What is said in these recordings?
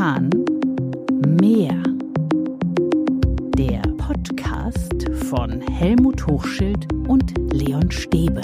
Kahn Mehr. Der Podcast von Helmut Hochschild und Leon Stäbe.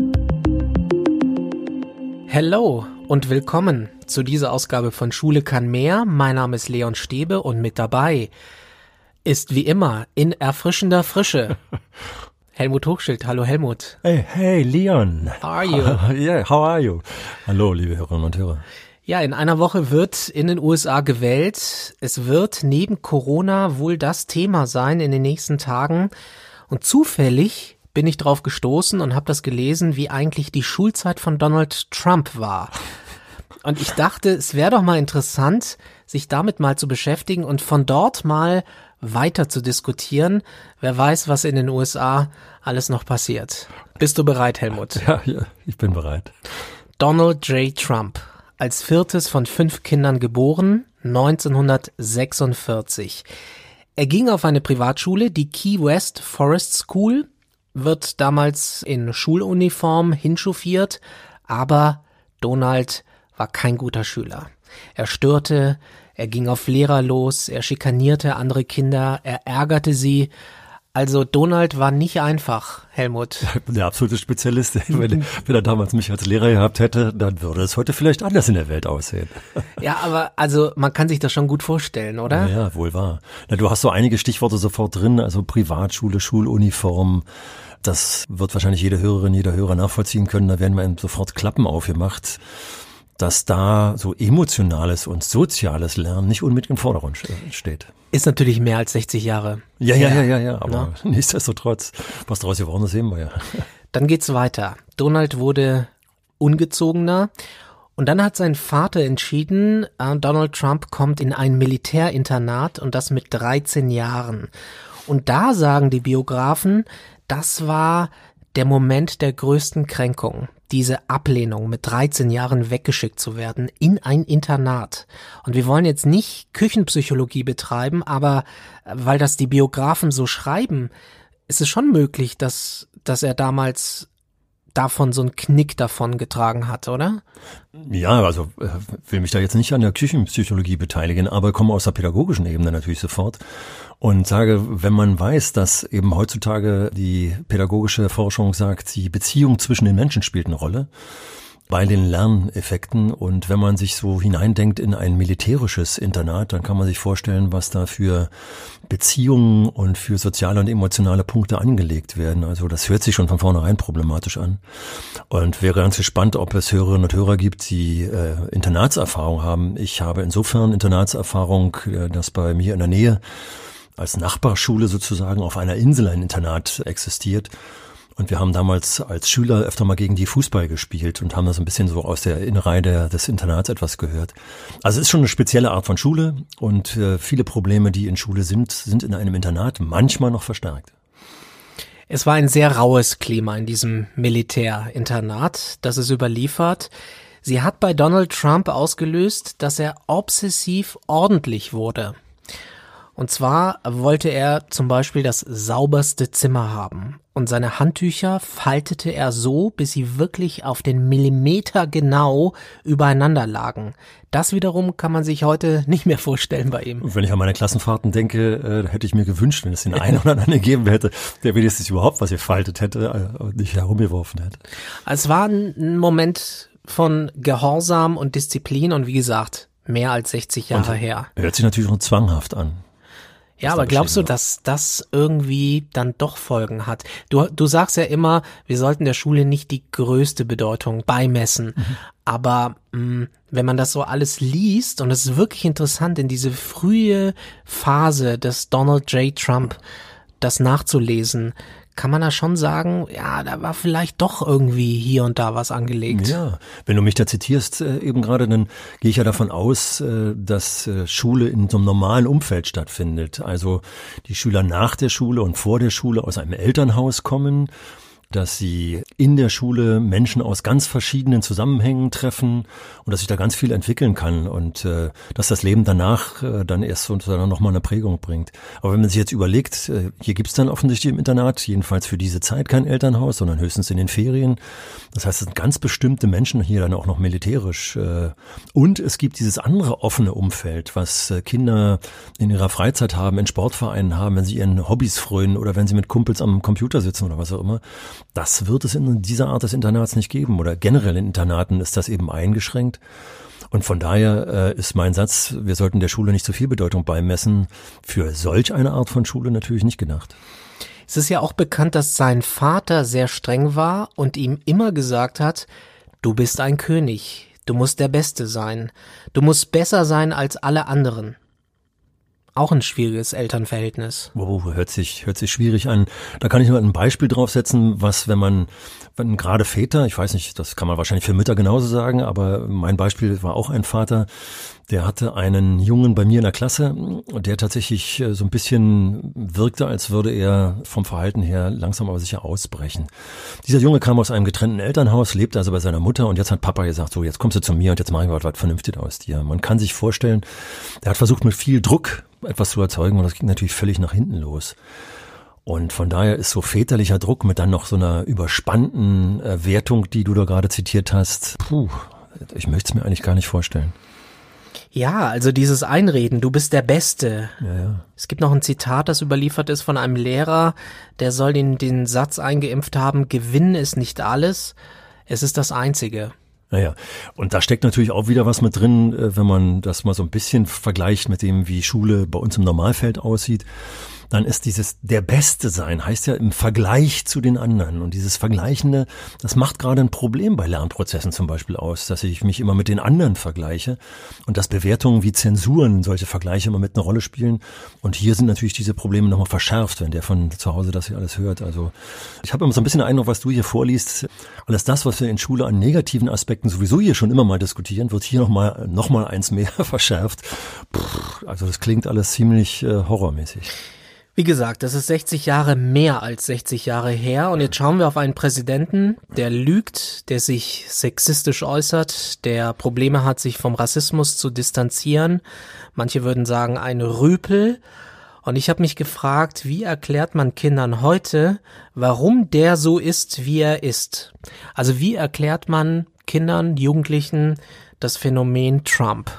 Hello und willkommen zu dieser Ausgabe von Schule kann mehr. Mein Name ist Leon Stäbe und mit dabei ist wie immer in erfrischender Frische Helmut Hochschild. Hallo Helmut. Hey Leon. How are you? Yeah, how are you? Hallo liebe Hörerinnen und Hörer. Ja, in einer Woche wird in den USA gewählt. Es wird neben Corona wohl das Thema sein in den nächsten Tagen. Und zufällig bin ich drauf gestoßen und habe das gelesen, wie eigentlich die Schulzeit von Donald Trump war. Und ich dachte, es wäre doch mal interessant, sich damit mal zu beschäftigen und von dort mal weiter zu diskutieren. Wer weiß, was in den USA alles noch passiert. Bist du bereit, Helmut? Ja, ich bin bereit. Donald J. Trump, als viertes von 5 Kindern geboren, 1946. Er ging auf eine Privatschule, die Key West Forest School, wird damals in Schuluniform hinchauffiert, aber Donald war kein guter Schüler. Er störte, er ging auf Lehrer los, er schikanierte andere Kinder, er ärgerte sie. Also Donald war nicht einfach, Helmut. Der absolute Spezialist. Wenn er damals mich als Lehrer gehabt hätte, dann würde es heute vielleicht anders in der Welt aussehen. Ja, aber also man kann sich das schon gut vorstellen, oder? Ja, wohl wahr. Na, du hast so einige Stichworte sofort drin, also Privatschule, Schuluniform. Das wird wahrscheinlich jede Hörerin, jeder Hörer nachvollziehen können. Da werden mir sofort Klappen aufgemacht, dass da so emotionales und soziales Lernen nicht unbedingt im Vordergrund steht. Ist natürlich mehr als 60 Jahre. Ja, aber nichtsdestotrotz, was daraus geworden ist, sehen wir ja. Dann geht's weiter. Donald wurde ungezogener und dann hat sein Vater entschieden, Donald Trump kommt in ein Militärinternat und das mit 13 Jahren. Und da sagen die Biografen, das war der Moment der größten Kränkung. Diese Ablehnung, mit 13 Jahren weggeschickt zu werden in ein Internat. Und wir wollen jetzt nicht Küchenpsychologie betreiben, aber weil das die Biografen so schreiben, ist es schon möglich, dass er damals davon so einen Knick davon getragen hat, oder? Ja, also will mich da jetzt nicht an der Küchenpsychologie beteiligen, aber komme aus der pädagogischen Ebene natürlich sofort und sage, wenn man weiß, dass eben heutzutage die pädagogische Forschung sagt, die Beziehung zwischen den Menschen spielt eine Rolle bei den Lerneffekten, und wenn man sich so hineindenkt in ein militärisches Internat, dann kann man sich vorstellen, was da für Beziehungen und für soziale und emotionale Punkte angelegt werden. Also das hört sich schon von vornherein problematisch an und wäre ganz gespannt, ob es Hörerinnen und Hörer gibt, die Internatserfahrung haben. Ich habe insofern Internatserfahrung, dass bei mir in der Nähe als Nachbarschule sozusagen auf einer Insel ein Internat existiert. Und wir haben damals als Schüler öfter mal gegen die Fußball gespielt und haben das ein bisschen so aus der Innerei des Internats etwas gehört. Also es ist schon eine spezielle Art von Schule und viele Probleme, die in Schule sind in einem Internat manchmal noch verstärkt. Es war ein sehr raues Klima in diesem Militärinternat, das ist überliefert. Sie hat bei Donald Trump ausgelöst, dass er obsessiv ordentlich wurde. Und zwar wollte er zum Beispiel das sauberste Zimmer haben. Und seine Handtücher faltete er so, bis sie wirklich auf den Millimeter genau übereinander lagen. Das wiederum kann man sich heute nicht mehr vorstellen bei ihm. Wenn ich an meine Klassenfahrten denke, hätte ich mir gewünscht, wenn es den einen oder anderen gegeben hätte, der wenigstens überhaupt was gefaltet hätte und nicht herumgeworfen hätte. Es war ein Moment von Gehorsam und Disziplin und wie gesagt, mehr als 60 Jahre her. Hört sich natürlich noch zwanghaft an. Ja, aber glaubst du, dass das irgendwie dann doch Folgen hat? Du sagst ja immer, wir sollten der Schule nicht die größte Bedeutung beimessen. Aber wenn man das so alles liest, und es ist wirklich interessant, in diese frühe Phase des Donald J. Trump, das nachzulesen, kann man da schon sagen, ja, da war vielleicht doch irgendwie hier und da was angelegt. Ja, wenn du mich da zitierst eben gerade, dann gehe ich ja davon aus, dass Schule in so einem normalen Umfeld stattfindet. Also die Schüler nach der Schule und vor der Schule aus einem Elternhaus kommen dass sie in der Schule Menschen aus ganz verschiedenen Zusammenhängen treffen und dass sich da ganz viel entwickeln kann und dass das Leben danach dann erst sozusagen nochmal eine Prägung bringt. Aber wenn man sich jetzt überlegt, hier gibt's dann offensichtlich im Internat, jedenfalls für diese Zeit kein Elternhaus, sondern höchstens in den Ferien. Das heißt, es sind ganz bestimmte Menschen hier dann auch noch militärisch. Und es gibt dieses andere offene Umfeld, was Kinder in ihrer Freizeit haben, in Sportvereinen haben, wenn sie ihren Hobbys frönen oder wenn sie mit Kumpels am Computer sitzen oder was auch immer. Das wird es in dieser Art des Internats nicht geben oder generell in Internaten ist das eben eingeschränkt. Und von daher ist mein Satz, wir sollten der Schule nicht zu viel Bedeutung beimessen, für solch eine Art von Schule natürlich nicht gedacht. Es ist ja auch bekannt, dass sein Vater sehr streng war und ihm immer gesagt hat, du bist ein König, du musst der Beste sein, du musst besser sein als alle anderen. Auch ein schwieriges Elternverhältnis. Hört sich schwierig an. Da kann ich nur ein Beispiel draufsetzen, wenn gerade Väter, ich weiß nicht, das kann man wahrscheinlich für Mütter genauso sagen, aber mein Beispiel war auch ein Vater, der hatte einen Jungen bei mir in der Klasse, der tatsächlich so ein bisschen wirkte, als würde er vom Verhalten her langsam aber sicher ausbrechen. Dieser Junge kam aus einem getrennten Elternhaus, lebte also bei seiner Mutter und jetzt hat Papa gesagt, so jetzt kommst du zu mir und jetzt mache ich mal was Vernünftiges aus dir. Man kann sich vorstellen, der hat versucht mit viel Druck etwas zu erzeugen und das ging natürlich völlig nach hinten los. Und von daher ist so väterlicher Druck mit dann noch so einer überspannten Wertung, die du da gerade zitiert hast, ich möchte es mir eigentlich gar nicht vorstellen. Ja, also dieses Einreden, du bist der Beste. Ja. Es gibt noch ein Zitat, das überliefert ist von einem Lehrer, der soll den Satz eingeimpft haben, Gewinnen ist nicht alles, es ist das Einzige. Naja, und da steckt natürlich auch wieder was mit drin, wenn man das mal so ein bisschen vergleicht mit dem, wie Schule bei uns im Normalfeld aussieht. Dann ist der Beste sein, heißt ja im Vergleich zu den anderen. Und dieses Vergleichende, das macht gerade ein Problem bei Lernprozessen zum Beispiel aus, dass ich mich immer mit den anderen vergleiche und dass Bewertungen wie Zensuren solche Vergleiche immer mit einer Rolle spielen. Und hier sind natürlich diese Probleme nochmal verschärft, wenn der von zu Hause das hier alles hört. Also ich habe immer so ein bisschen den Eindruck, was du hier vorliest, alles das, was wir in Schule an negativen Aspekten sowieso hier schon immer mal diskutieren, wird hier noch mal eins mehr verschärft. Also das klingt alles ziemlich horrormäßig. Wie gesagt, das ist 60 Jahre mehr als 60 Jahre her und jetzt schauen wir auf einen Präsidenten, der lügt, der sich sexistisch äußert, der Probleme hat, sich vom Rassismus zu distanzieren. Manche würden sagen, ein Rüpel. Und ich habe mich gefragt, wie erklärt man Kindern heute, warum der so ist, wie er ist? Also wie erklärt man Kindern, Jugendlichen das Phänomen Trump?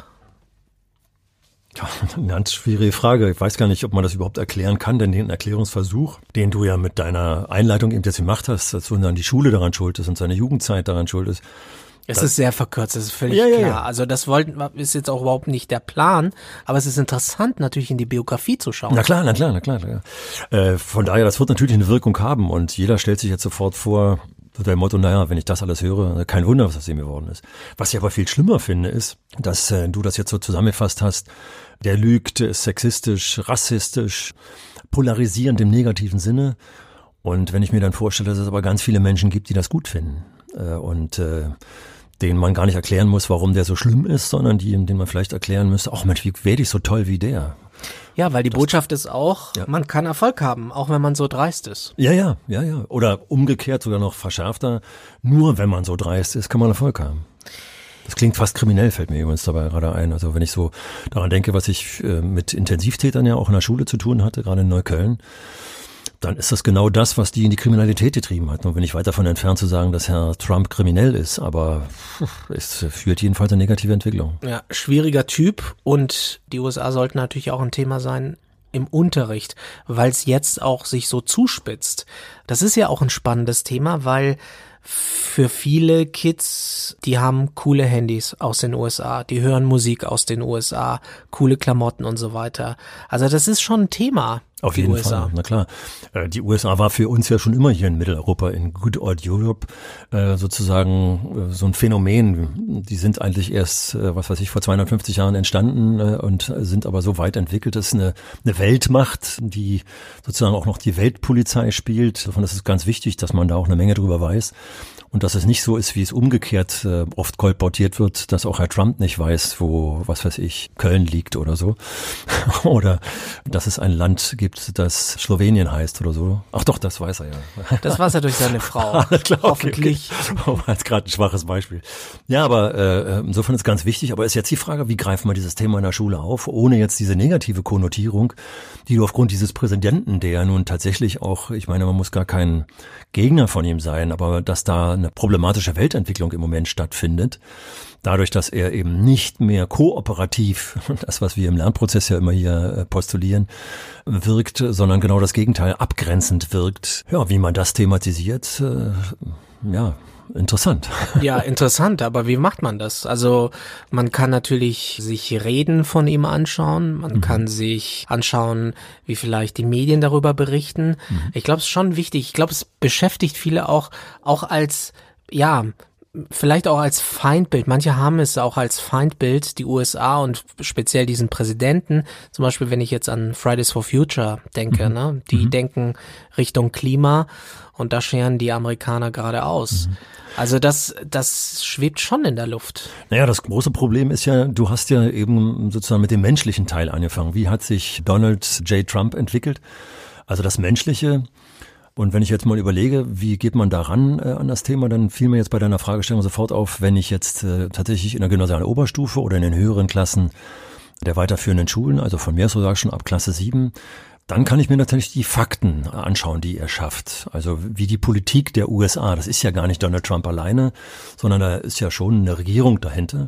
Eine ganz schwierige Frage. Ich weiß gar nicht, ob man das überhaupt erklären kann, denn den Erklärungsversuch, den du ja mit deiner Einleitung eben jetzt gemacht hast, dass dann die Schule daran schuld ist und seine Jugendzeit daran schuld ist. Es ist sehr verkürzt, das ist völlig klar. Ja. Also das ist jetzt auch überhaupt nicht der Plan, aber es ist interessant, natürlich in die Biografie zu schauen. Na klar. Von daher, das wird natürlich eine Wirkung haben und jeder stellt sich jetzt sofort vor, unter dem Motto, naja, wenn ich das alles höre, kein Wunder, was aus dem geworden ist. Was ich aber viel schlimmer finde, ist, dass du das jetzt so zusammengefasst hast, der lügt, ist sexistisch, rassistisch, polarisierend im negativen Sinne. Und wenn ich mir dann vorstelle, dass es aber ganz viele Menschen gibt, die das gut finden und denen man gar nicht erklären muss, warum der so schlimm ist, sondern denen man vielleicht erklären müsste, ach Mensch, wie werde ich so toll wie der? Ja, weil die Botschaft ist auch, man kann Erfolg haben, auch wenn man so dreist ist. Ja. Oder umgekehrt, sogar noch verschärfter, nur wenn man so dreist ist, kann man Erfolg haben. Das klingt fast kriminell, fällt mir übrigens dabei gerade ein. Also wenn ich so daran denke, was ich mit Intensivtätern ja auch in der Schule zu tun hatte, gerade in Neukölln, dann ist das genau das, was die in die Kriminalität getrieben hat. Und bin ich weit davon entfernt zu sagen, dass Herr Trump kriminell ist, aber es führt jedenfalls eine negative Entwicklung. Ja, schwieriger Typ und die USA sollten natürlich auch ein Thema sein im Unterricht, weil es jetzt auch sich so zuspitzt. Das ist ja auch ein spannendes Thema, weil für viele Kids, die haben coole Handys aus den USA, die hören Musik aus den USA, coole Klamotten und so weiter. Also das ist schon ein Thema. Auf jeden Fall, na klar. Die USA war für uns ja schon immer hier in Mitteleuropa, in Good Old Europe, sozusagen so ein Phänomen. Die sind eigentlich erst, vor 250 Jahren entstanden und sind aber so weit entwickelt. Das ist eine Weltmacht, die sozusagen auch noch die Weltpolizei spielt. Davon ist es ganz wichtig, dass man da auch eine Menge drüber weiß. und dass es nicht so ist, wie es umgekehrt oft kolportiert wird, dass auch Herr Trump nicht weiß, wo, was weiß ich, Köln liegt oder so. Oder dass es ein Land gibt, das Slowenien heißt oder so. Ach doch, das weiß er ja. Das weiß er durch seine Frau. Klar, hoffentlich. Okay. War jetzt gerade ein schwaches Beispiel. Ja, aber insofern ist ganz wichtig. Aber ist jetzt die Frage, wie greifen wir dieses Thema in der Schule auf, ohne jetzt diese negative Konnotierung, die du aufgrund dieses Präsidenten, der ja nun tatsächlich auch, ich meine, man muss gar kein Gegner von ihm sein, aber dass da eine problematische Weltentwicklung im Moment stattfindet, dadurch, dass er eben nicht mehr kooperativ, das, was wir im Lernprozess ja immer hier postulieren, wirkt, sondern genau das Gegenteil, abgrenzend wirkt. Ja, wie man das thematisiert, ja, interessant. Ja, interessant, aber wie macht man das? Also man kann natürlich sich Reden von ihm anschauen, man kann sich anschauen, wie vielleicht die Medien darüber berichten. Ich glaube, es ist schon wichtig. Ich glaube, es beschäftigt viele auch als, ja, vielleicht auch als Feindbild. Manche haben es auch als Feindbild, die USA und speziell diesen Präsidenten. Zum Beispiel, wenn ich jetzt an Fridays for Future denke, ne? Die denken Richtung Klima und da scheren die Amerikaner gerade aus. Also das schwebt schon in der Luft. Naja, das große Problem ist ja, du hast ja eben sozusagen mit dem menschlichen Teil angefangen. Wie hat sich Donald J. Trump entwickelt? Also das Menschliche. Und wenn ich jetzt mal überlege, wie geht man daran an das Thema, dann fiel mir jetzt bei deiner Fragestellung sofort auf, wenn ich jetzt tatsächlich in der gymnasialen Oberstufe oder in den höheren Klassen der weiterführenden Schulen, also von mir sogar schon ab Klasse 7, dann kann ich mir natürlich die Fakten anschauen, die er schafft. Also wie die Politik der USA, das ist ja gar nicht Donald Trump alleine, sondern da ist ja schon eine Regierung dahinter.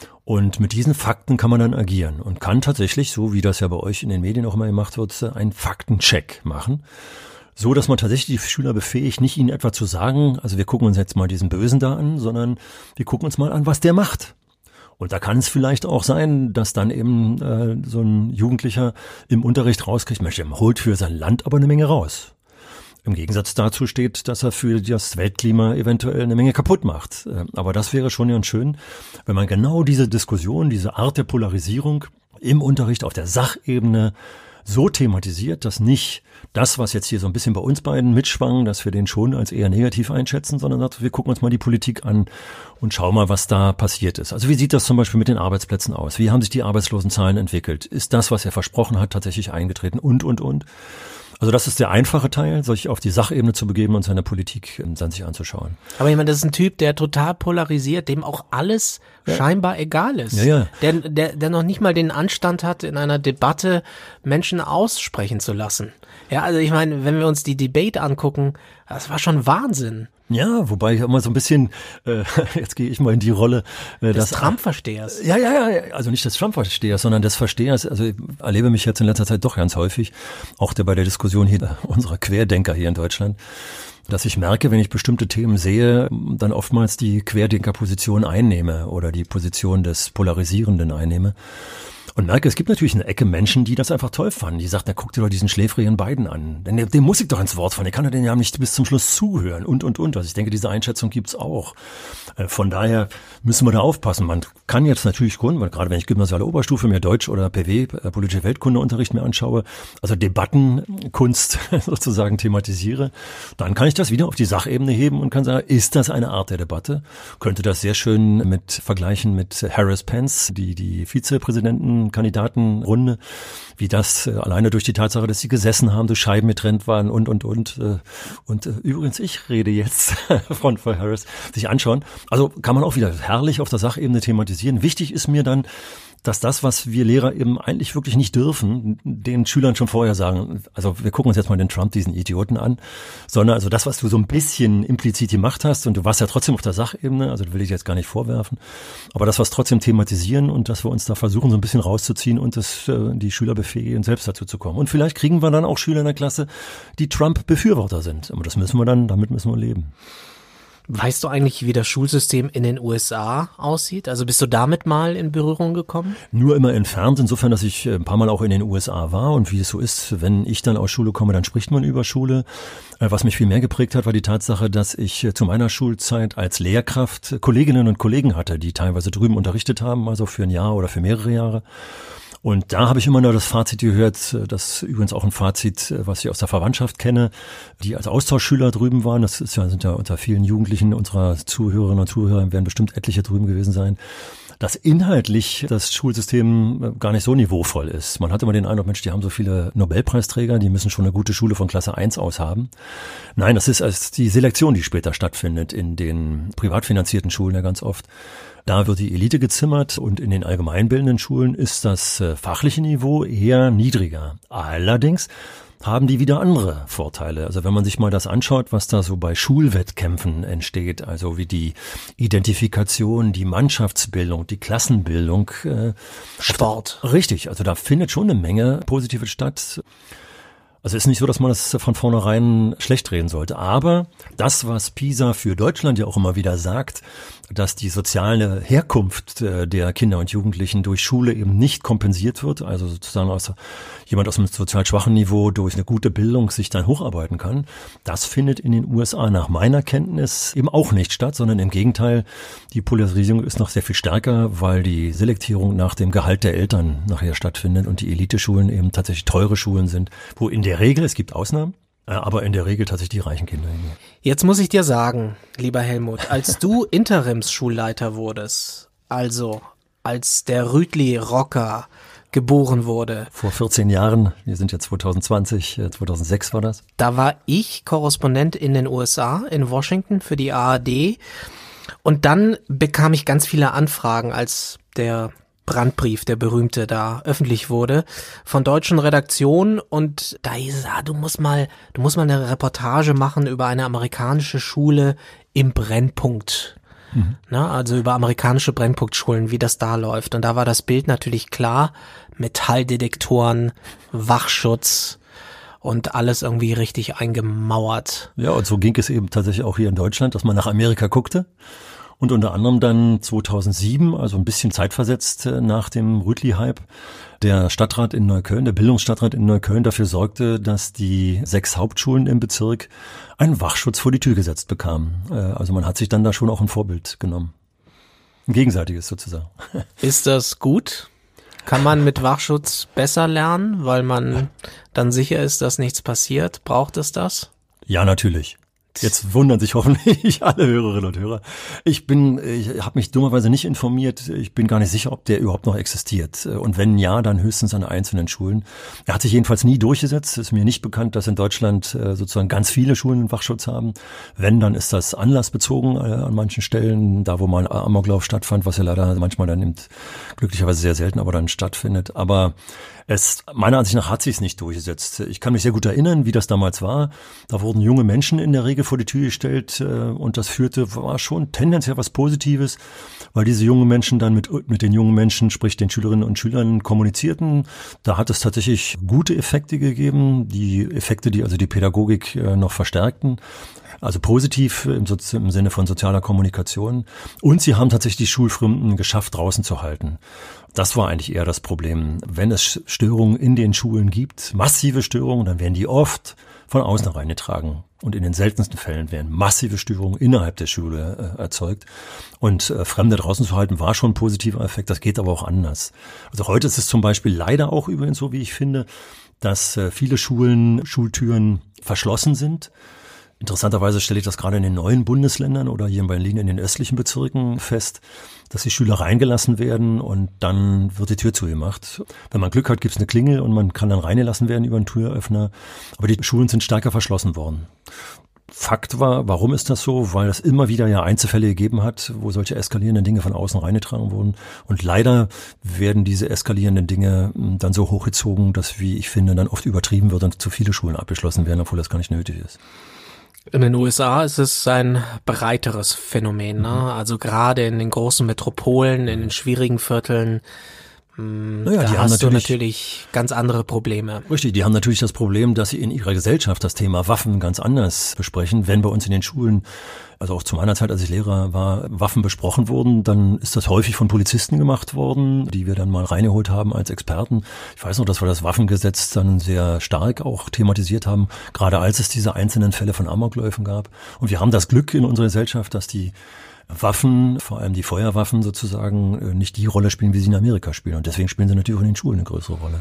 Und mit diesen Fakten kann man dann agieren und kann tatsächlich, so wie das ja bei euch in den Medien auch immer gemacht wird, einen Faktencheck machen. So, dass man tatsächlich die Schüler befähigt, nicht ihnen etwa zu sagen, also wir gucken uns jetzt mal diesen Bösen da an, sondern wir gucken uns mal an, was der macht. Und da kann es vielleicht auch sein, dass dann eben so ein Jugendlicher im Unterricht rauskriegt, Mensch, der holt für sein Land aber eine Menge raus. Im Gegensatz dazu steht, dass er für das Weltklima eventuell eine Menge kaputt macht. Aber das wäre schon ganz schön, wenn man genau diese Diskussion, diese Art der Polarisierung im Unterricht auf der Sachebene so thematisiert, dass nicht das, was jetzt hier so ein bisschen bei uns beiden mitschwang, dass wir den schon als eher negativ einschätzen, sondern sagt, wir gucken uns mal die Politik an und schauen mal, was da passiert ist. Also wie sieht das zum Beispiel mit den Arbeitsplätzen aus? Wie haben sich die Arbeitslosenzahlen entwickelt? Ist das, was er versprochen hat, tatsächlich eingetreten? Und. Also das ist der einfache Teil, sich auf die Sachebene zu begeben und seine Politik dann sich anzuschauen. Aber ich meine, das ist ein Typ, der total polarisiert, dem auch alles scheinbar egal ist. Ja. Der noch nicht mal den Anstand hat, in einer Debatte Menschen aussprechen zu lassen. Ja, also ich meine, wenn wir uns die Debate angucken, das war schon Wahnsinn. Ja, wobei ich immer so ein bisschen, jetzt gehe ich mal in die Rolle des Trump-Verstehers. Ja, also nicht des Trump-Verstehers, sondern des Verstehers. Also ich erlebe mich jetzt in letzter Zeit doch ganz häufig, auch bei der Diskussion hier unserer Querdenker hier in Deutschland, dass ich merke, wenn ich bestimmte Themen sehe, dann oftmals die Querdenker-Position einnehme oder die Position des Polarisierenden einnehme. Und merke, es gibt natürlich eine Ecke Menschen, die das einfach toll fanden. Die sagt, na guck dir doch diesen schläfrigen Biden an. Denn dem muss ich doch ins Wort fallen. Der kann ja den ja nicht bis zum Schluss zuhören. Und. Also ich denke, diese Einschätzung gibt's auch. Von daher müssen wir da aufpassen. Man kann jetzt natürlich gerade wenn ich gymnasiale Oberstufe mir Deutsch oder PW, politische Weltkundeunterricht mir anschaue, also Debattenkunst sozusagen thematisiere, dann kann ich das wieder auf die Sachebene heben und kann sagen, ist das eine Art der Debatte? Könnte das sehr schön vergleichen mit Harris-Pence, die Vizepräsidentenkandidatenrunde, wie das alleine durch die Tatsache, dass sie gesessen haben, durch Scheiben getrennt waren und. Und übrigens, ich rede jetzt von Harris, sich anschauen. Also kann man auch wieder herrlich auf der Sachebene thematisieren. Wichtig ist mir dann, dass das, was wir Lehrer eben eigentlich wirklich nicht dürfen, den Schülern schon vorher sagen, also wir gucken uns jetzt mal den Trump, diesen Idioten an, sondern also das, was du so ein bisschen implizit gemacht hast, und du warst ja trotzdem auf der Sachebene, also das will ich jetzt gar nicht vorwerfen, aber das, was trotzdem thematisieren und dass wir uns da versuchen, so ein bisschen rauszuziehen und die Schüler befähigen, selbst dazu zu kommen. Und vielleicht kriegen wir dann auch Schüler in der Klasse, die Trump-Befürworter sind. Aber damit müssen wir leben. Weißt du eigentlich, wie das Schulsystem in den USA aussieht? Also bist du damit mal in Berührung gekommen? Nur immer entfernt, insofern, dass ich ein paar Mal auch in den USA war. Und wie es so ist, wenn ich dann aus Schule komme, dann spricht man über Schule. Was mich viel mehr geprägt hat, war die Tatsache, dass ich zu meiner Schulzeit als Lehrkraft Kolleginnen und Kollegen hatte, die teilweise drüben unterrichtet haben, also für ein Jahr oder für mehrere Jahre. Und da habe ich immer nur das Fazit gehört, das übrigens auch ein Fazit, was ich aus der Verwandtschaft kenne, die als Austauschschüler drüben waren. Das sind ja unter vielen Jugendlichen unserer Zuhörerinnen und Zuhörer, werden bestimmt etliche drüben gewesen sein, dass inhaltlich das Schulsystem gar nicht so niveauvoll ist. Man hat immer den Eindruck, Mensch, die haben so viele Nobelpreisträger, die müssen schon eine gute Schule von Klasse 1 aus haben. Nein, das ist als die Selektion, die später stattfindet in den privat finanzierten Schulen ja ganz oft. Da wird die Elite gezimmert und in den allgemeinbildenden Schulen ist das fachliche Niveau eher niedriger. Allerdings haben die wieder andere Vorteile. Also wenn man sich mal das anschaut, was da so bei Schulwettkämpfen entsteht, also wie die Identifikation, die Mannschaftsbildung, die Klassenbildung. Sport. Richtig, also da findet schon eine Menge Positives statt. Also ist nicht so, dass man das von vornherein schlecht reden sollte. Aber das, was PISA für Deutschland ja auch immer wieder sagt, dass die soziale Herkunft der Kinder und Jugendlichen durch Schule eben nicht kompensiert wird, also sozusagen jemand aus einem sozial schwachen Niveau durch eine gute Bildung sich dann hocharbeiten kann, das findet in den USA nach meiner Kenntnis eben auch nicht statt, sondern im Gegenteil, die Polarisierung ist noch sehr viel stärker, weil die Selektierung nach dem Gehalt der Eltern nachher stattfindet und die Eliteschulen eben tatsächlich teure Schulen sind, wo in der Regel, es gibt Ausnahmen, aber in der Regel tatsächlich die reichen Kinder hingehen. Jetzt muss ich dir sagen, lieber Helmut, als du Interimsschulleiter wurdest, also als der Rütli-Rocker geboren wurde. Vor 14 Jahren, wir sind jetzt 2020, 2006 war das. Da war ich Korrespondent in den USA, in Washington für die ARD. Und dann bekam ich ganz viele Anfragen, als der Brandbrief, der berühmte, da öffentlich wurde, von deutschen Redaktionen, und da hieß es, du musst mal eine Reportage machen über eine amerikanische Schule im Brennpunkt. Na, also über amerikanische Brennpunktschulen, wie das da läuft. Und da war das Bild natürlich klar, Metalldetektoren, Wachschutz und alles irgendwie richtig eingemauert. Ja, und so ging es eben tatsächlich auch hier in Deutschland, dass man nach Amerika guckte. Und unter anderem dann 2007, also ein bisschen zeitversetzt nach dem Rütli-Hype, der Stadtrat in Neukölln, der Bildungsstadtrat in Neukölln dafür sorgte, dass die 6 Hauptschulen im Bezirk einen Wachschutz vor die Tür gesetzt bekamen. Also man hat sich dann da schon auch ein Vorbild genommen. Ein gegenseitiges sozusagen. Ist das gut? Kann man mit Wachschutz besser lernen, weil man dann sicher ist, dass nichts passiert? Braucht es das? Ja, natürlich. Jetzt wundern sich hoffentlich alle Hörerinnen und Hörer. Ich habe mich dummerweise nicht informiert. Ich bin gar nicht sicher, ob der überhaupt noch existiert. Und wenn ja, dann höchstens an einzelnen Schulen. Er hat sich jedenfalls nie durchgesetzt. Es ist mir nicht bekannt, dass in Deutschland sozusagen ganz viele Schulen einen Wachschutz haben. Wenn, dann ist das anlassbezogen an manchen Stellen, da wo mal ein Amoklauf stattfand, was ja leider manchmal dann eben glücklicherweise sehr selten aber dann stattfindet. Aber meiner Ansicht nach hat sich es nicht durchgesetzt. Ich kann mich sehr gut erinnern, wie das damals war. Da wurden junge Menschen in der Regel vor die Tür gestellt und das war schon tendenziell was Positives, weil diese jungen Menschen dann mit den jungen Menschen, sprich den Schülerinnen und Schülern, kommunizierten. Da hat es tatsächlich gute Effekte gegeben, die Effekte, die also die Pädagogik noch verstärkten. Also positiv im Sinne von sozialer Kommunikation. Und sie haben tatsächlich die Schulfremden geschafft, draußen zu halten. Das war eigentlich eher das Problem. Wenn es Störungen in den Schulen gibt, massive Störungen, dann werden die oft von außen reingetragen. Und in den seltensten Fällen werden massive Störungen innerhalb der Schule erzeugt. Und Fremde draußen zu halten, war schon ein positiver Effekt. Das geht aber auch anders. Also heute ist es zum Beispiel leider auch übrigens so, wie ich finde, dass viele Schultüren verschlossen sind. Interessanterweise stelle ich das gerade in den neuen Bundesländern oder hier in Berlin in den östlichen Bezirken fest, dass die Schüler reingelassen werden und dann wird die Tür zugemacht. Wenn man Glück hat, gibt es eine Klingel und man kann dann reingelassen werden über einen Türöffner. Aber die Schulen sind stärker verschlossen worden. Fakt war, warum ist das so? Weil es immer wieder ja Einzelfälle gegeben hat, wo solche eskalierenden Dinge von außen reingetragen wurden. Und leider werden diese eskalierenden Dinge dann so hochgezogen, dass, wie ich finde, dann oft übertrieben wird und zu viele Schulen abgeschlossen werden, obwohl das gar nicht nötig ist. In den USA ist es ein breiteres Phänomen, ne? Also gerade in den großen Metropolen, in den schwierigen Vierteln, da hast du natürlich ganz andere Probleme. Richtig, die haben natürlich das Problem, dass sie in ihrer Gesellschaft das Thema Waffen ganz anders besprechen. Wenn bei uns in den Schulen, also auch zu meiner Zeit, als ich Lehrer war, Waffen besprochen wurden, dann ist das häufig von Polizisten gemacht worden, die wir dann mal reingeholt haben als Experten. Ich weiß noch, dass wir das Waffengesetz dann sehr stark auch thematisiert haben, gerade als es diese einzelnen Fälle von Amokläufen gab. Und wir haben das Glück in unserer Gesellschaft, dass die Waffen, vor allem die Feuerwaffen sozusagen, nicht die Rolle spielen, wie sie in Amerika spielen. Und deswegen spielen sie natürlich auch in den Schulen eine größere Rolle.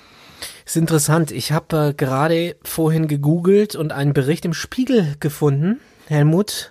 Ist interessant. Ich habe gerade vorhin gegoogelt und einen Bericht im Spiegel gefunden, Helmut.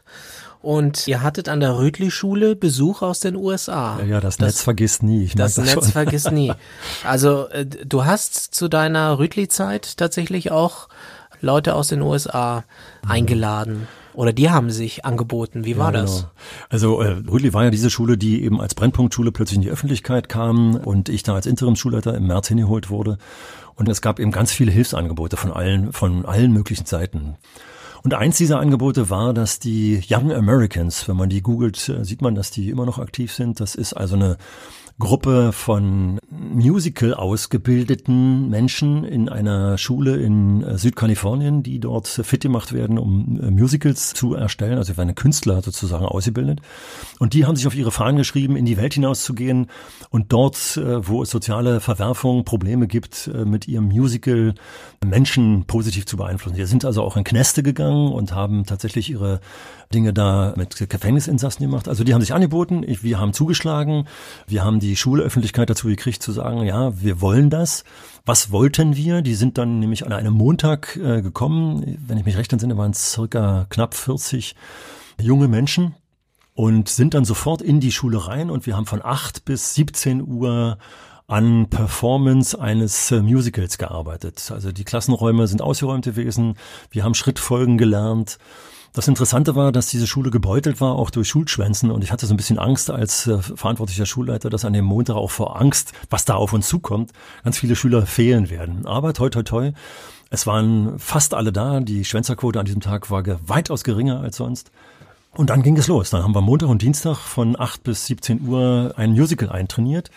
Und ihr hattet an der Rütli-Schule Besuch aus den USA. Ja, das Netz vergisst nie. Das Netz vergisst nie. Also du hast zu deiner Rütli-Zeit tatsächlich auch Leute aus den USA eingeladen. Oder die haben sich angeboten. Wie war das? Genau. Also Rütli war ja diese Schule, die eben als Brennpunktschule plötzlich in die Öffentlichkeit kam und ich da als Interimsschulleiter im März hingeholt wurde. Und es gab eben ganz viele Hilfsangebote von allen möglichen Seiten. Und eins dieser Angebote war, dass die Young Americans, wenn man die googelt, sieht man, dass die immer noch aktiv sind. Das ist also eine Gruppe von Musical ausgebildeten Menschen in einer Schule in Südkalifornien, die dort fit gemacht werden, um Musicals zu erstellen. Also werden Künstler sozusagen ausgebildet. Und die haben sich auf ihre Fahnen geschrieben, in die Welt hinauszugehen und dort, wo es soziale Verwerfungen, Probleme gibt, mit ihrem Musical Menschen positiv zu beeinflussen. Die sind also auch in Kneste gegangen und haben tatsächlich ihre Dinge da mit Gefängnisinsassen gemacht. Also die haben sich angeboten, wir haben zugeschlagen, wir haben die Schulöffentlichkeit dazu gekriegt zu sagen, ja, wir wollen das. Was wollten wir? Die sind dann nämlich an einem Montag gekommen. Wenn ich mich recht entsinne, waren es circa knapp 40 junge Menschen und sind dann sofort in die Schule rein und wir haben von 8 bis 17 Uhr an Performance eines Musicals gearbeitet. Also die Klassenräume sind ausgeräumt gewesen, wir haben Schrittfolgen gelernt. Das Interessante war, dass diese Schule gebeutelt war, auch durch Schulschwänzen. Und ich hatte so ein bisschen Angst als verantwortlicher Schulleiter, dass an dem Montag auch vor Angst, was da auf uns zukommt, ganz viele Schüler fehlen werden. Aber toi, toi, toi, es waren fast alle da. Die Schwänzerquote an diesem Tag war weitaus geringer als sonst. Und dann ging es los. Dann haben wir Montag und Dienstag von 8 bis 17 Uhr ein Musical eintrainiert.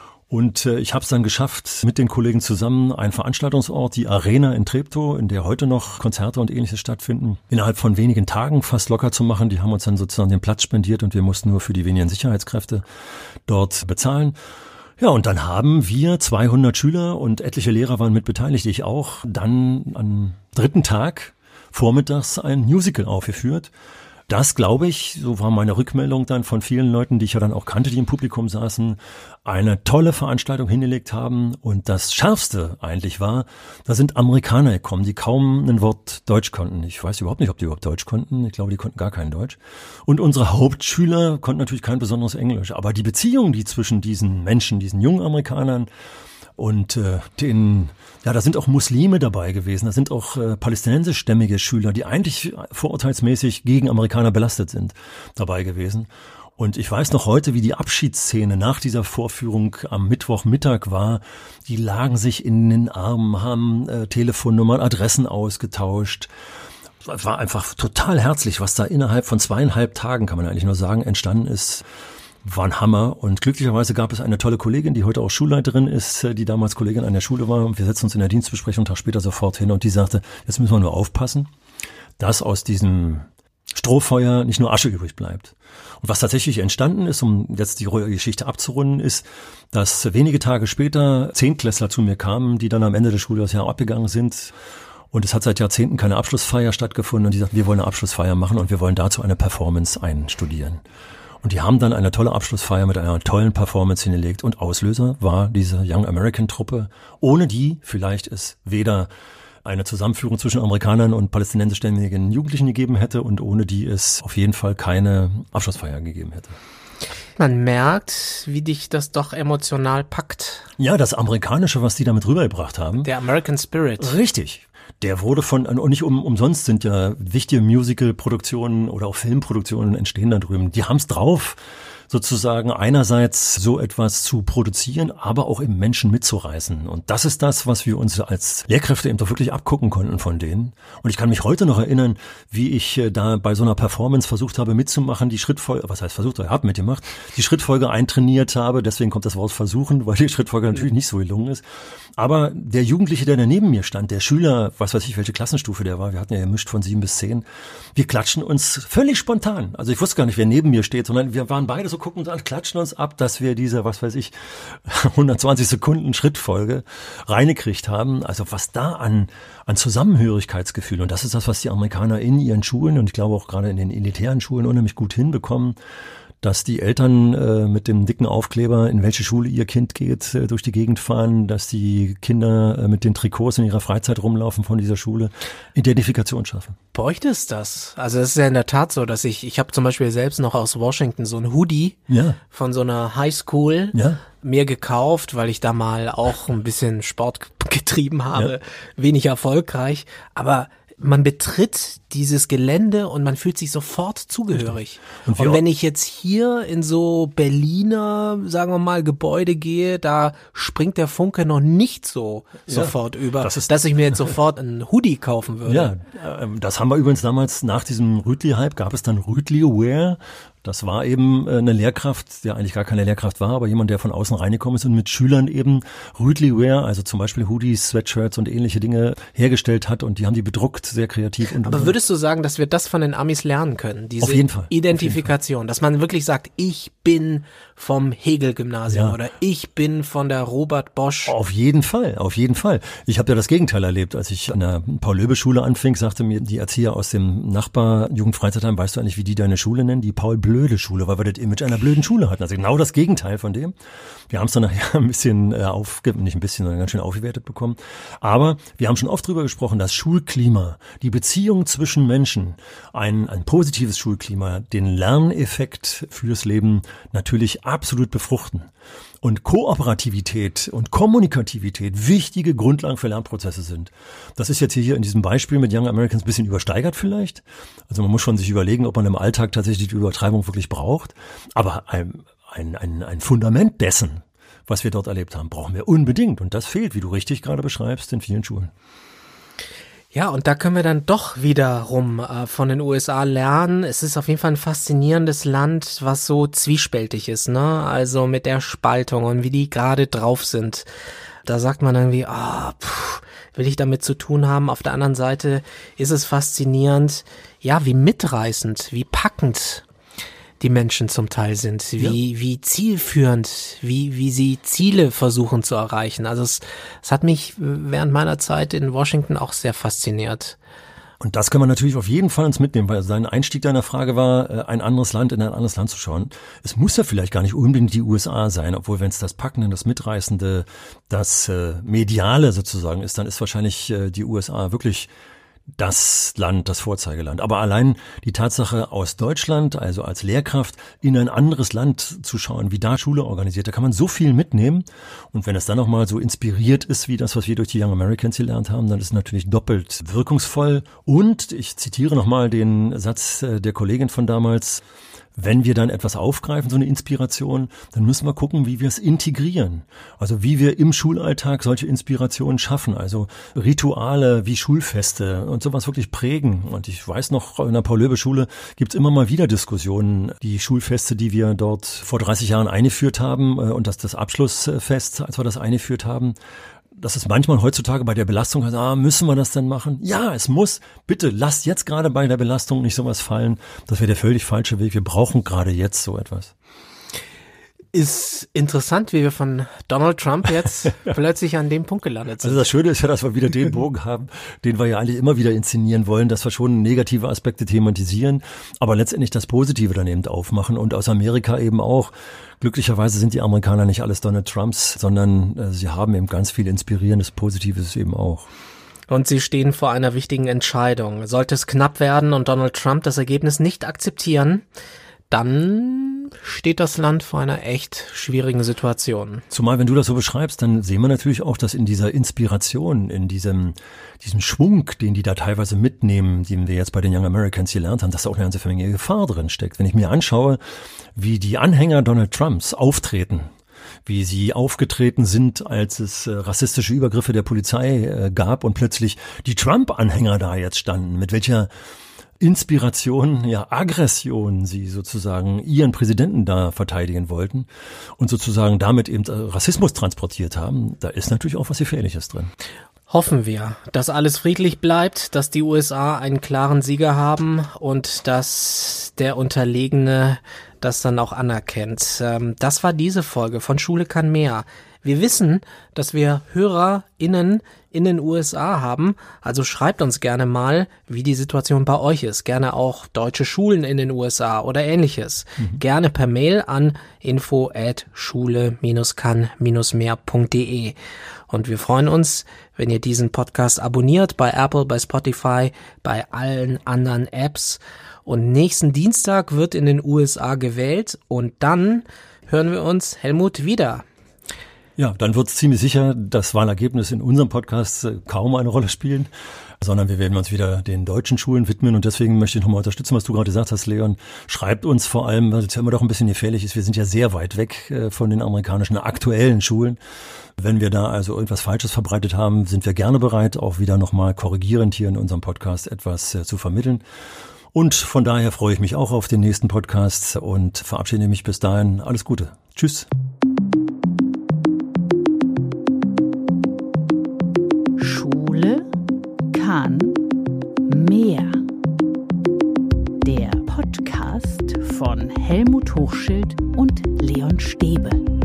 Und ich habe es dann geschafft, mit den Kollegen zusammen einen Veranstaltungsort, die Arena in Treptow, in der heute noch Konzerte und Ähnliches stattfinden, innerhalb von wenigen Tagen fast locker zu machen. Die haben uns dann sozusagen den Platz spendiert und wir mussten nur für die wenigen Sicherheitskräfte dort bezahlen. Ja, und dann haben wir 200 Schüler und etliche Lehrer waren mit beteiligt, ich auch, dann am 3. Tag vormittags ein Musical aufgeführt. Das, glaube ich, so war meine Rückmeldung dann von vielen Leuten, die ich ja dann auch kannte, die im Publikum saßen, eine tolle Veranstaltung hingelegt haben. Und das Schärfste eigentlich war, da sind Amerikaner gekommen, die kaum ein Wort Deutsch konnten. Ich weiß überhaupt nicht, ob die überhaupt Deutsch konnten. Ich glaube, die konnten gar kein Deutsch. Und unsere Hauptschüler konnten natürlich kein besonderes Englisch. Aber die Beziehung, die zwischen diesen Menschen, diesen jungen Amerikanern und da sind auch Muslime dabei gewesen, da sind auch palästinensischstämmige Schüler, die eigentlich vorurteilsmäßig gegen Amerikaner belastet sind, dabei gewesen. Und ich weiß noch heute, wie die Abschiedsszene nach dieser Vorführung am Mittwochmittag war. Die lagen sich in den Armen, haben Telefonnummern, Adressen ausgetauscht. Es war einfach total herzlich, was da innerhalb von 2,5 Tagen, kann man eigentlich nur sagen, entstanden ist. War ein Hammer und glücklicherweise gab es eine tolle Kollegin, die heute auch Schulleiterin ist, die damals Kollegin an der Schule war und wir setzten uns in der Dienstbesprechung einen Tag später sofort hin und die sagte, jetzt müssen wir nur aufpassen, dass aus diesem Strohfeuer nicht nur Asche übrig bleibt. Und was tatsächlich entstanden ist, um jetzt die Geschichte abzurunden, ist, dass wenige Tage später 10-Klässler zu mir kamen, die dann am Ende des Schuljahres abgegangen sind. Und es hat seit Jahrzehnten keine Abschlussfeier stattgefunden und die sagten, wir wollen eine Abschlussfeier machen und wir wollen dazu eine Performance einstudieren. Und die haben dann eine tolle Abschlussfeier mit einer tollen Performance hingelegt und Auslöser war diese Young American Truppe, ohne die vielleicht es weder eine Zusammenführung zwischen Amerikanern und palästinensischstämmigen Jugendlichen gegeben hätte und ohne die es auf jeden Fall keine Abschlussfeier gegeben hätte. Man merkt, wie dich das doch emotional packt. Ja, das Amerikanische, was die damit rübergebracht haben. Der American Spirit. Richtig. Der wurde und nicht umsonst sind ja wichtige Musical-Produktionen oder auch Filmproduktionen entstehen da drüben. Die haben es drauf, sozusagen einerseits so etwas zu produzieren, aber auch eben Menschen mitzureißen. Und das ist das, was wir uns als Lehrkräfte eben doch wirklich abgucken konnten von denen. Und ich kann mich heute noch erinnern, wie ich da bei so einer Performance versucht habe mitzumachen, die Schrittfolge, was heißt versucht, ich habe mitgemacht, die Schrittfolge eintrainiert habe, deswegen kommt das Wort versuchen, weil die Schrittfolge natürlich nicht so gelungen ist. Aber der Jugendliche, der da neben mir stand, der Schüler, was weiß ich, welche Klassenstufe der war, wir hatten ja gemischt von 7 bis 10, wir klatschen uns völlig spontan. Also ich wusste gar nicht, wer neben mir steht, sondern wir waren beide so so, gucken uns an, klatschen uns ab, dass wir diese, 120 Sekunden Schrittfolge reingekriegt haben. Also was da an Zusammenhörigkeitsgefühl, und das ist das, was die Amerikaner in ihren Schulen und ich glaube auch gerade in den elitären Schulen unheimlich gut hinbekommen, dass die Eltern mit dem dicken Aufkleber, in welche Schule ihr Kind geht, durch die Gegend fahren, dass die Kinder mit den Trikots in ihrer Freizeit rumlaufen von dieser Schule, Identifikation schaffen. Bräuchte es das? Also es ist ja in der Tat so, dass ich habe zum Beispiel selbst noch aus Washington so ein Hoodie von so einer Highschool mir gekauft, weil ich da mal auch ein bisschen Sport getrieben habe, wenig erfolgreich, aber man betritt dieses Gelände und man fühlt sich sofort zugehörig. Und wenn ich jetzt hier in so Berliner, sagen wir mal, Gebäude gehe, da springt der Funke noch nicht so sofort über, dass ich mir jetzt sofort einen Hoodie kaufen würde. Ja, das haben wir übrigens damals nach diesem Rütli-Hype, gab es dann Rütli-Wear. Das war eben eine Lehrkraft, der eigentlich gar keine Lehrkraft war, aber jemand, der von außen reingekommen ist und mit Schülern eben Rütli-Wear, also zum Beispiel Hoodies, Sweatshirts und ähnliche Dinge hergestellt hat und die haben die bedruckt, sehr kreativ. Aber würdest du sagen, dass wir das von den Amis lernen können? Diese auf jeden Fall. Identifikation, dass man wirklich sagt, ich bin vom Hegel-Gymnasium oder ich bin von der Robert Bosch. Auf jeden Fall, auf jeden Fall. Ich habe ja das Gegenteil erlebt. Als ich an der Paul-Löbe-Schule anfing, sagte mir die Erzieher aus dem Nachbar-Jugendfreizeitheim, weißt du eigentlich, wie die deine Schule nennen? Die Paul-Blöde-Schule, weil wir das Image einer blöden Schule hatten. Also genau das Gegenteil von dem. Wir haben es dann nachher ein bisschen nicht ein bisschen, sondern ganz schön aufgewertet bekommen. Aber wir haben schon oft drüber gesprochen, das Schulklima, die Beziehung zwischen Menschen, ein positives Schulklima, den Lerneffekt fürs Leben natürlich absolut befruchten. Und Kooperativität und Kommunikativität wichtige Grundlagen für Lernprozesse sind. Das ist jetzt hier in diesem Beispiel mit Young Americans ein bisschen übersteigert vielleicht. Also man muss schon sich überlegen, ob man im Alltag tatsächlich die Übertreibung wirklich braucht. Aber ein Fundament dessen, was wir dort erlebt haben, brauchen wir unbedingt. Und das fehlt, wie du richtig gerade beschreibst, in vielen Schulen. Ja, und da können wir dann doch wiederum von den USA lernen. Es ist auf jeden Fall ein faszinierendes Land, was so zwiespältig ist, ne? Also mit der Spaltung und wie die gerade drauf sind. Da sagt man irgendwie, will ich damit zu tun haben. Auf der anderen Seite ist es faszinierend, ja, wie mitreißend, wie packend die Menschen zum Teil sind, wie zielführend, wie sie Ziele versuchen zu erreichen. Also es hat mich während meiner Zeit in Washington auch sehr fasziniert. Und das kann man natürlich auf jeden Fall uns mitnehmen, weil sein Einstieg deiner Frage war, in ein anderes Land zu schauen. Es muss ja vielleicht gar nicht unbedingt die USA sein, obwohl wenn es das Packende, das Mitreißende, das Mediale sozusagen ist, dann ist wahrscheinlich die USA wirklich das Land, das Vorzeigeland. Aber allein die Tatsache, aus Deutschland, also als Lehrkraft, in ein anderes Land zu schauen, wie da Schule organisiert, da kann man so viel mitnehmen. Und wenn es dann nochmal so inspiriert ist, wie das, was wir durch die Young Americans gelernt haben, dann ist es natürlich doppelt wirkungsvoll. Und ich zitiere nochmal den Satz der Kollegin von damals: Wenn wir dann etwas aufgreifen, so eine Inspiration, dann müssen wir gucken, wie wir es integrieren. Also wie wir im Schulalltag solche Inspirationen schaffen. Also Rituale wie Schulfeste und sowas wirklich prägen. Und ich weiß noch, in der Paul-Löbe-Schule gibt's immer mal wieder Diskussionen. Die Schulfeste, die wir dort vor 30 Jahren eingeführt haben und das Abschlussfest, als wir das eingeführt haben, das ist manchmal heutzutage bei der Belastung, müssen wir das denn machen? Ja, es muss. Bitte lasst jetzt gerade bei der Belastung nicht sowas fallen. Das wäre der völlig falsche Weg. Wir brauchen gerade jetzt so etwas. Ist interessant, wie wir von Donald Trump jetzt plötzlich an dem Punkt gelandet sind. Also das Schöne ist ja, dass wir wieder den Bogen haben, den wir ja eigentlich immer wieder inszenieren wollen, dass wir schon negative Aspekte thematisieren, aber letztendlich das Positive dann eben aufmachen und aus Amerika eben auch. Glücklicherweise sind die Amerikaner nicht alles Donald Trumps, sondern sie haben eben ganz viel Inspirierendes, Positives eben auch. Und sie stehen vor einer wichtigen Entscheidung. Sollte es knapp werden und Donald Trump das Ergebnis nicht akzeptieren, dann steht das Land vor einer echt schwierigen Situation. Zumal, wenn du das so beschreibst, dann sehen wir natürlich auch, dass in dieser Inspiration, in diesem Schwung, den die da teilweise mitnehmen, den wir jetzt bei den Young Americans gelernt haben, dass da auch eine ganze Menge Gefahr drin steckt. Wenn ich mir anschaue, wie die Anhänger Donald Trumps auftreten, wie sie aufgetreten sind, als es rassistische Übergriffe der Polizei gab und plötzlich die Trump-Anhänger da jetzt standen, mit welcher Inspiration, ja Aggression sie sozusagen ihren Präsidenten da verteidigen wollten und sozusagen damit eben Rassismus transportiert haben, da ist natürlich auch was Gefährliches drin. Hoffen wir, dass alles friedlich bleibt, dass die USA einen klaren Sieger haben und dass der Unterlegene das dann auch anerkennt. Das war diese Folge von Schule kann mehr. Wir wissen, dass wir HörerInnen in den USA haben, also schreibt uns gerne mal, wie die Situation bei euch ist. Gerne auch deutsche Schulen in den USA oder ähnliches. Gerne per Mail an info@schule-kann-mehr.de. Und wir freuen uns, wenn ihr diesen Podcast abonniert bei Apple, bei Spotify, bei allen anderen Apps. Und nächsten Dienstag wird in den USA gewählt und dann hören wir uns, Helmut, wieder. Ja, dann wird es ziemlich sicher das Wahlergebnis in unserem Podcast kaum eine Rolle spielen, sondern wir werden uns wieder den deutschen Schulen widmen und deswegen möchte ich nochmal unterstützen, was du gerade gesagt hast, Leon. Schreibt uns vor allem, was jetzt immer doch ein bisschen gefährlich ist, wir sind ja sehr weit weg von den amerikanischen aktuellen Schulen. Wenn wir da also irgendwas Falsches verbreitet haben, sind wir gerne bereit, auch wieder nochmal korrigierend hier in unserem Podcast etwas zu vermitteln. Und von daher freue ich mich auch auf den nächsten Podcast und verabschiede mich bis dahin. Alles Gute. Tschüss. Schule kann mehr. Der Podcast von Helmut Hochschild und Leon Stäbe.